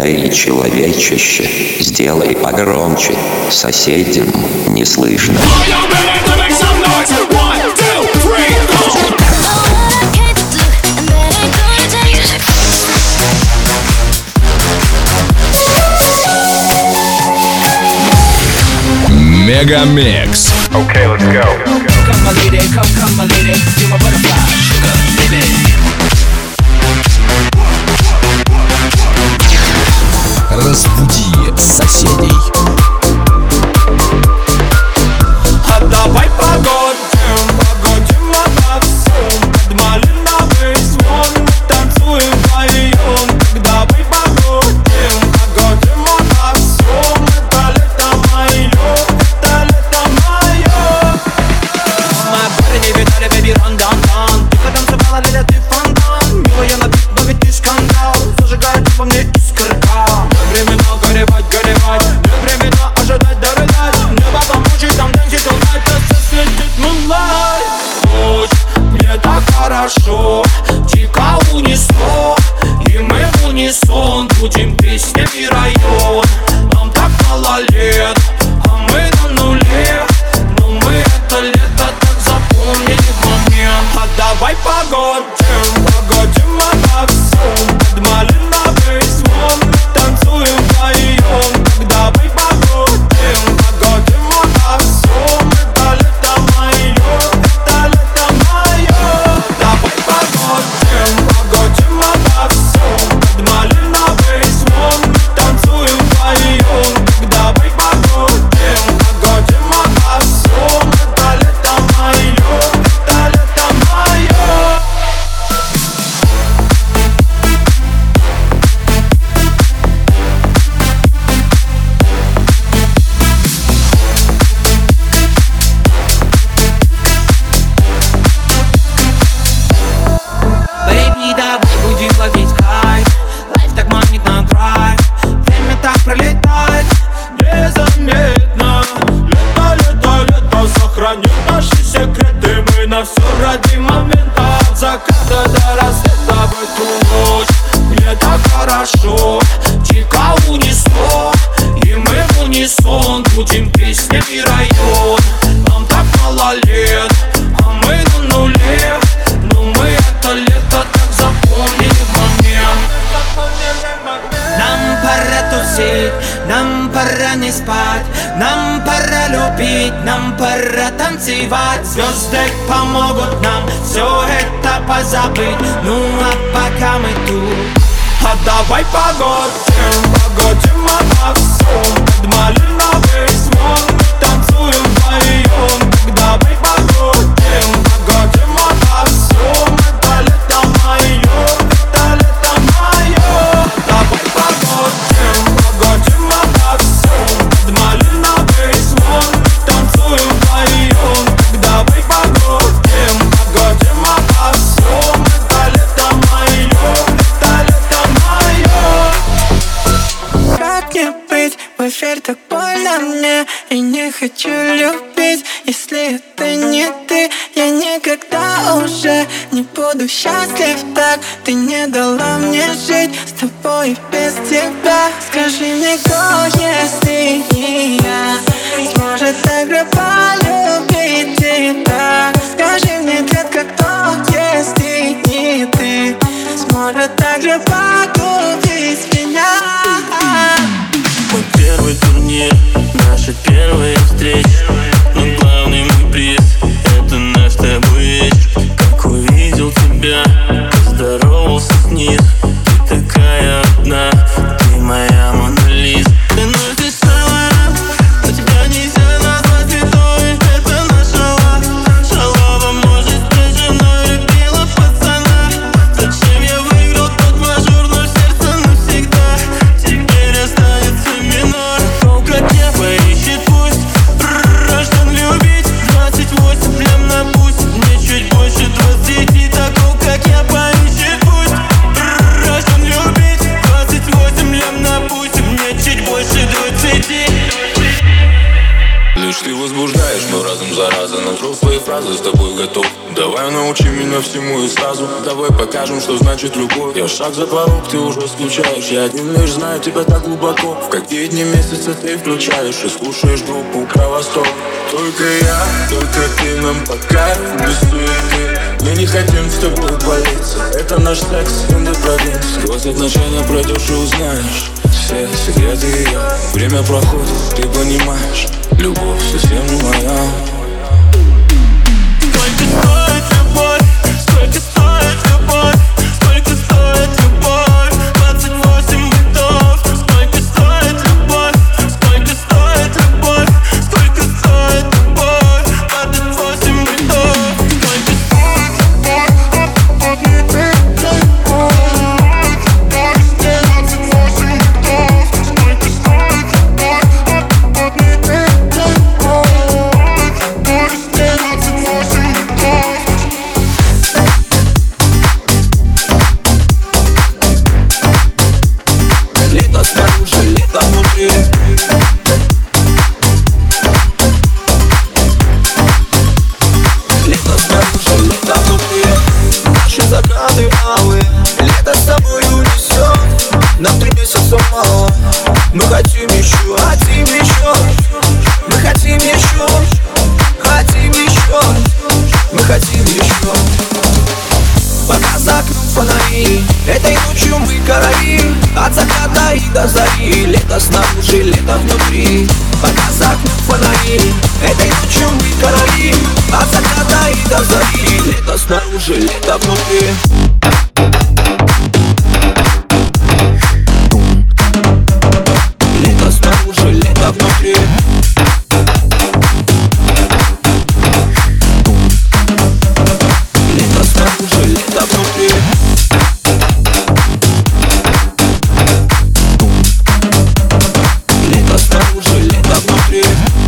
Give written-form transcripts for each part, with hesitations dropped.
Эй, человечище, сделай погромче, соседям не слышно. Мегамикс. Okay, let's go. Come my lady, come my lady, you're my butterfly, sugar, baby. Разбуди соседей. А давай погодим, погодим обо всем. Под малиновый звон танцуем вдвоем. Так давай погодим, погодим обо всем. Это лето мое, это лето мое. Мои парни не видали, baby, run down, down. Ты потанцевала, лето, ты фонтан. Милая на бит, но ведь ты скандал. Зажигает во мне искорка. Не времена горевать, горевать. Не времена ожидать, дорогать. Небо помочь, там дэнсит all night. Это светит moonlight. Ночь, мне так хорошо. Тихо унесло. И мы в унисон будем песнями район. Нам так мало лет, а мы на нуле. Но мы это лето так запомнили момент. А давай погодим, погодим обо всем. Под малиновый звон танцуем вдвоем. Так давай погодим, погодим обо всем. Это лето мое, это лето мое. Давай погодим, погодим обо всем. Под малиновый звон танцуем вдвоем. Так давай погодим, погодим обо всем. Это лето мое, это лето мое. Baby, давай будем ловить кайф. Лайф так манит на драйв. Время так пролетает Незаметно. Лето, лето, лето сохранит наши секреты. Мы на все ради момента. От заката до рассвета в эту ночь. Мне так хорошо. Тихо унесло. И мы в унисон будем песнями район. Нам так мало лет, а мы на нуле. Но мы это лето так запомнили момент. Нам пора тусить, нам пора не спать. Нам пора любить, нам пора танцевать. Звезды помогут нам все это позабыть. Ну а пока мы тут, а давай погодим, погодим обо всем. Под малиновый звон танцуем вдвоем. Так давай погодим, погодим обо всем. Это лето мое, это лето мое. Давай погодим, погодим обо всем. Под малиновый звон танцуем вдвоем. Так давай погодим, погодим обо всем. Это лето мое, это лето мое. Как не быть, в эфир так больно мне. И не хочу любить, если это не ты. Я никогда уже не буду счастлив так. Ты не дала мне жить с тобой и без тебя. Скажи мне, кто, если не я, сможет так же полюбить тебя? Скажи мне, детка, кто, если не ты, сможет так же погубить меня? Мой первый турнир, наши первые встречи. Но главный мой приз — это наш с тобой вечер. Как увидел тебя, поздоровался снизу. Ты такая одна, ты моя Мона Лиза. Ты вновь дышала, но тебя нельзя назвать святой. Это наша лав, шалава, может, быть, женой любила пацана. Зачем я выиграл тот мажор, но в сердце навсегда теперь останется минор. Только небо ищет пусть, рожден любить. 28 лям на пусть, мне чуть больше 20. Такого, как я, поищет пусть, рожден любить. 28 лям на пусть, мне чуть больше 20. Лишь ты возбуждаешь мой разум, зараза. На взрослые фразы с тобой готов. Давай научи меня время всему и сразу. Давай покажем, что значит любовь. Я шаг за порог, ты уже скучаешь. Я один лишь знаю тебя так глубоко. В какие дни месяца ты включаешь и слушаешь группу Кровосток. Только я, только ты, нам по кайфу, без суеты. Мы не хотим с тобой болеться. Это наш секс, индепровинс. Сквозь отношения пройдешь и узнаешь все секреты ее. Время проходит, ты понимаешь, любовь совсем не моя. Сколько стоит любовь? Сколько стоит любовь? Сколько стоит любовь? 28 битов. Сколько стоит любовь? Сколько стоит любовь? Сколько стоит любовь? 28 битов. Сколько стоит Лето снаружи, лето внутри. Лето снаружи, лето внутри. Наши закаты алые, лето с собой унесет. Нам 3 месяца мало. Мы хотим еще, хотим еще. Мы хотим еще, хотим еще. Мы хотим еще. Пока за окном фонари, этой ночью мы короли. От заката и до зари, лето снаружи, лето внутри. Пока за окном фонари, этой ночью мы короли. От заката и до зари, лето снаружи, лето внутри. Лето снаружи, лето внутри. Лето снаружи, лето внутри. Лето снаружи, лето внутри.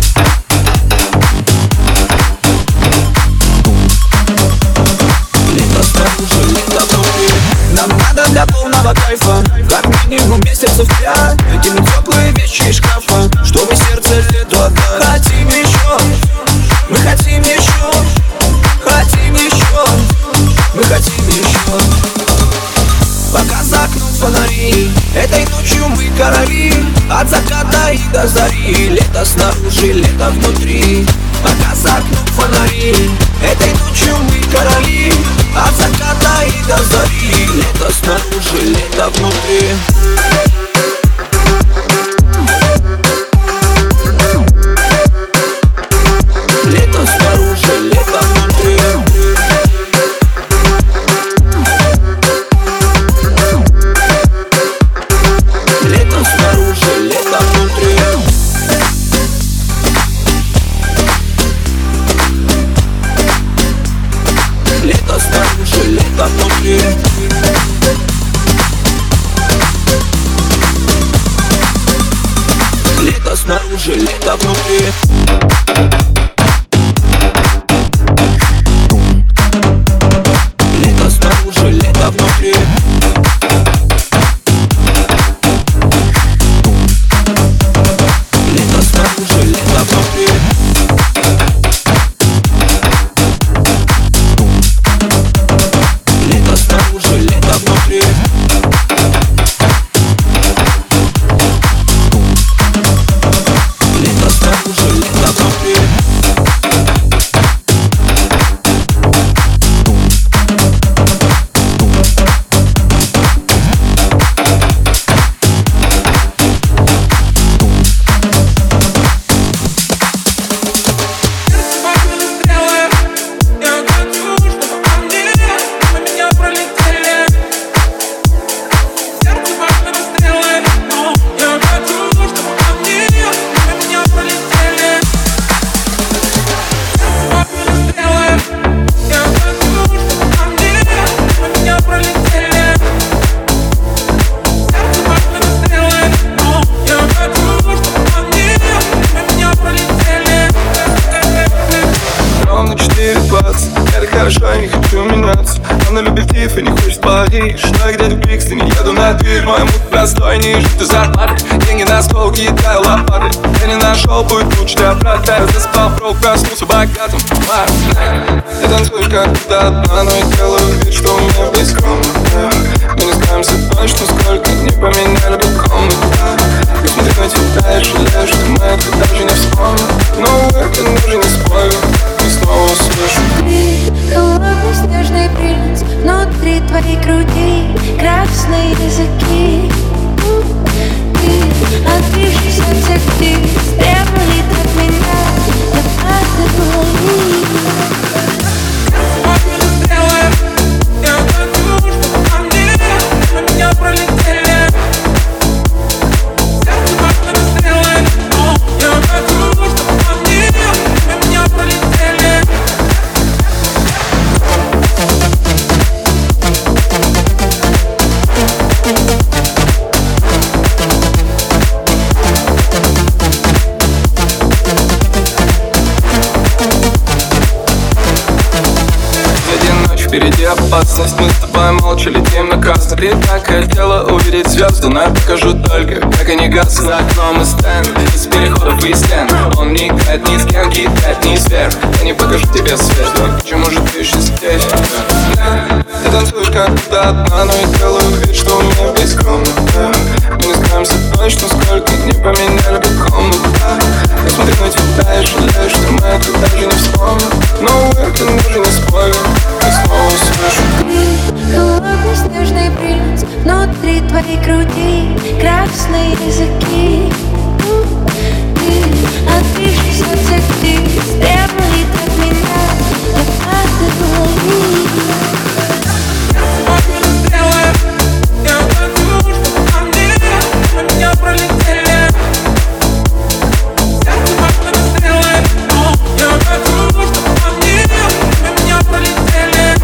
Лето снаружи, лето внутри. Нам надо для полного кайфа как минимум месяцев 5. Выкинуть теплые вещи из шкафа, чтобы сердце лету отдать. Хотим еще, мы хотим еще. Хотим еще, мы хотим еще. Пока за окном фонари, этой ночью мы короли. От заката и до зари, лето снаружи, лето внутри. Пока за окном фонари, этой ночью мы короли. От заката и до зари, лето снаружи, лето внутри. Лето снаружи, лето внутри. Лето снаружи, лето внутри. Лето снаружи, лето внутри. Лето снаружи, лето внутри. Лето снаружи, лето внутри. Лето снаружи, лето внутри. Лето снаружи, лето внутри. Лето снаружи, лето внутри. говоришь, но я где-то в Брикстоне. Еду на дверь, мой мут простой, ниже ты зарплаты. Деньги на стол, кидаю лопаты. Я не нашел путь лучше для брата. Я заспал, проснулся богатым. Я танцую как будто одна, но я делаю вид, что у меня весь комната. Мы не скажемся точно, сколько не поменяли бы комнату. Я смотрю на тебя и жалею, что мы это даже не вспомним. Но это даже не спорю, и снова услышу. Ты холодный снежный принц, внутри твоей груди красные языки. Ты отбившись от всех птиц, требует от меня, я падаю вниз. Я хочу, чтобы ко мне на меня пролетели. Сердце как стрелы. Я хочу, чтобы ко мне на меня пролетели. Впереди опасность, мы с тобой молча летим на красный. Ты так хотела увидеть звезды, но я покажу только, как они гаснут. За окном и стенд, из переходов и стен. Он не играет ни с кем, кидает ни сверх. Я не покажу тебе свет, но почему же ты еще здесь? Ты танцуешь как будто одна, но я делаю вид, что у меня весь комната. Мы не скажемся точно, сколько не поменяли бы комнату. Я смотрю на тебя и жалею, что мы это даже не вспомним. Но это даже не спорю, я снова услышу. Ты холодный снежный принц, внутри твоей груди красные языки. Ты отбившись от всех птиц, требует от меня, я падаю вниз. Я хочу, чтобы ко мне на меня пролетели. Сердце как стрелы. Я хочу, чтобы ко мне на меня пролетели.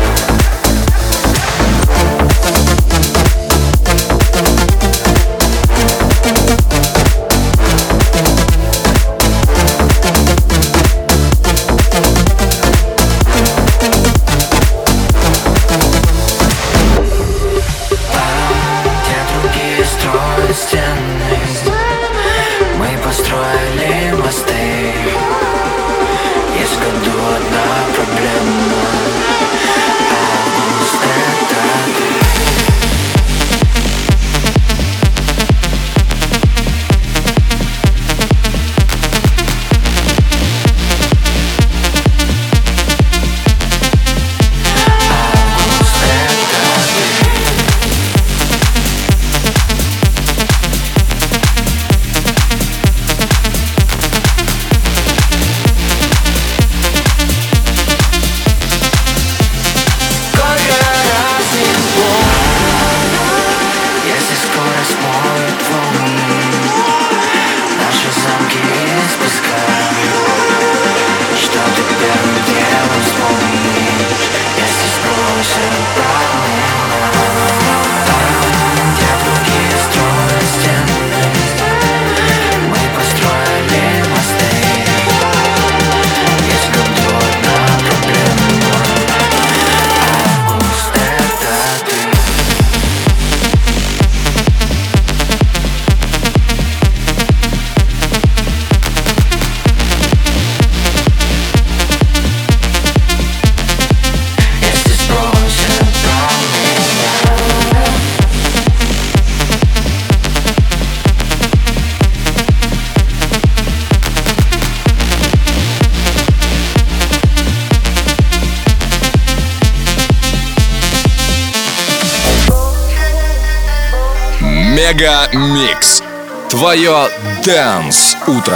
Мега Микс. Твое Dance утро.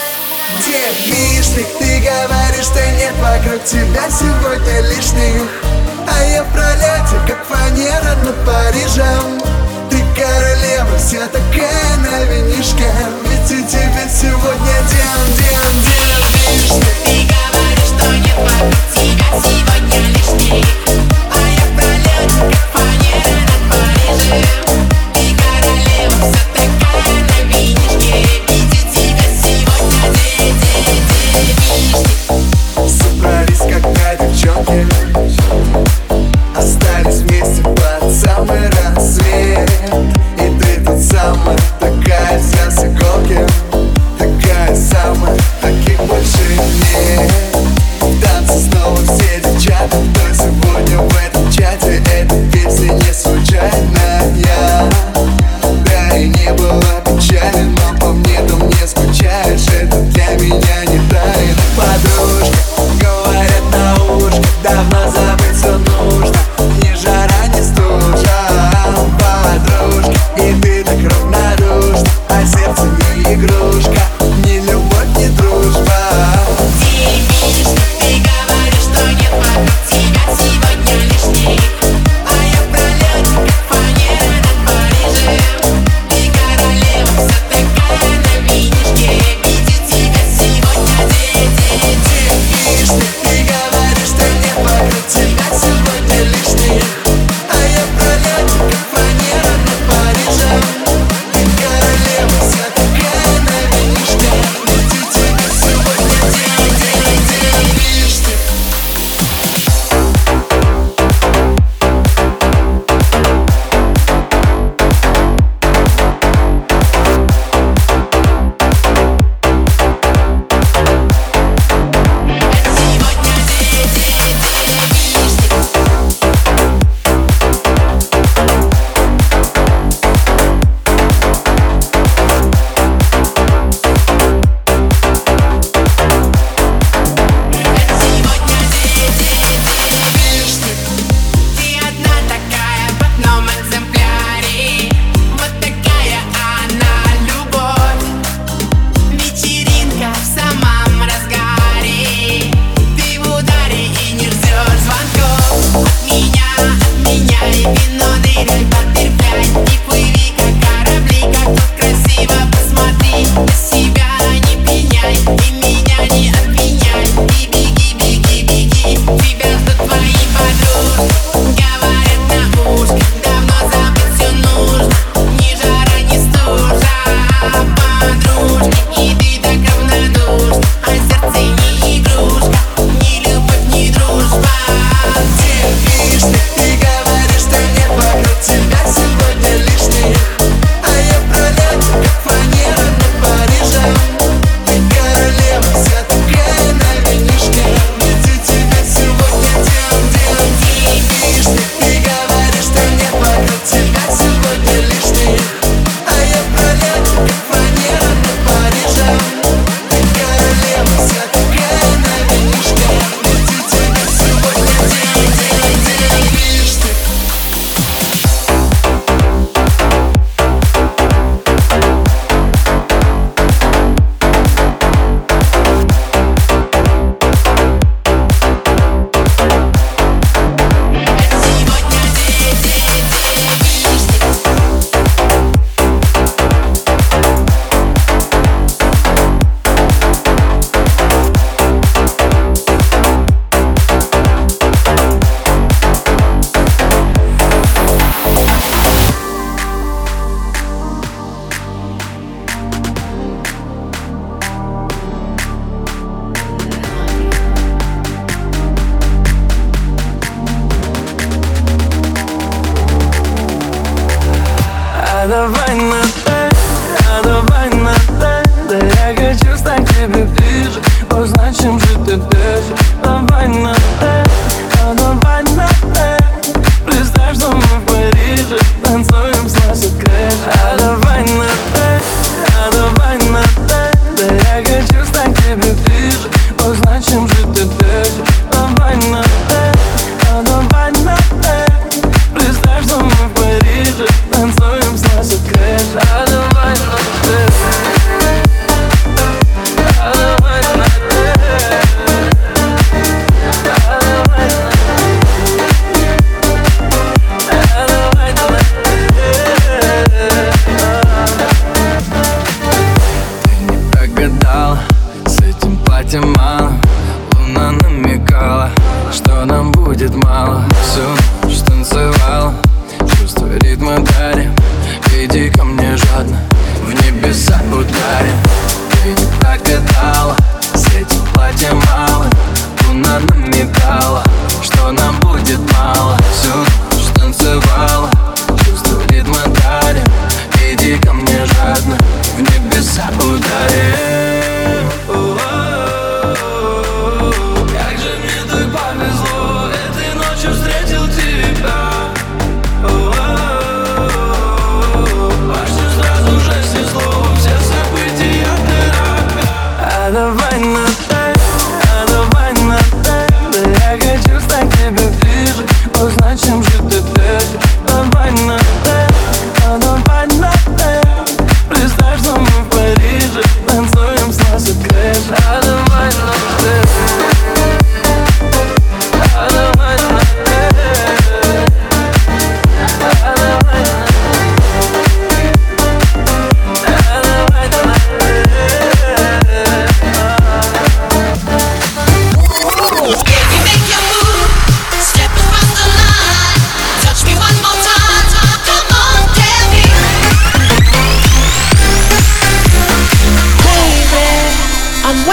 Девичник, ты говоришь, что нет вокруг тебя сегодня лишних. А я в пролете, как фанера над Парижем. Ты королева, вся такая на винишке. Ведь и тебе сегодня девичник. Ты говоришь, что нет вокруг тебя сегодня лишних. А я в пролете, как фанера над Парижем. Ты королева, вся такая на винишке. Ведь и тебе сегодня девичник. Собрались, когда девчонки остались вместе под самым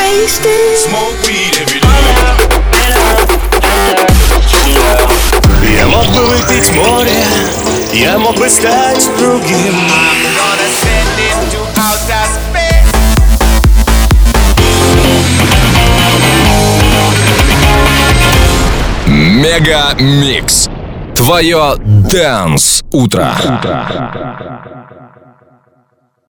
wasted. Smoke weed every day. Я мог бы выпить море, я мог бы стать другим. I'm gonna send it to outer space. Мега Микс. Твое Dance утро.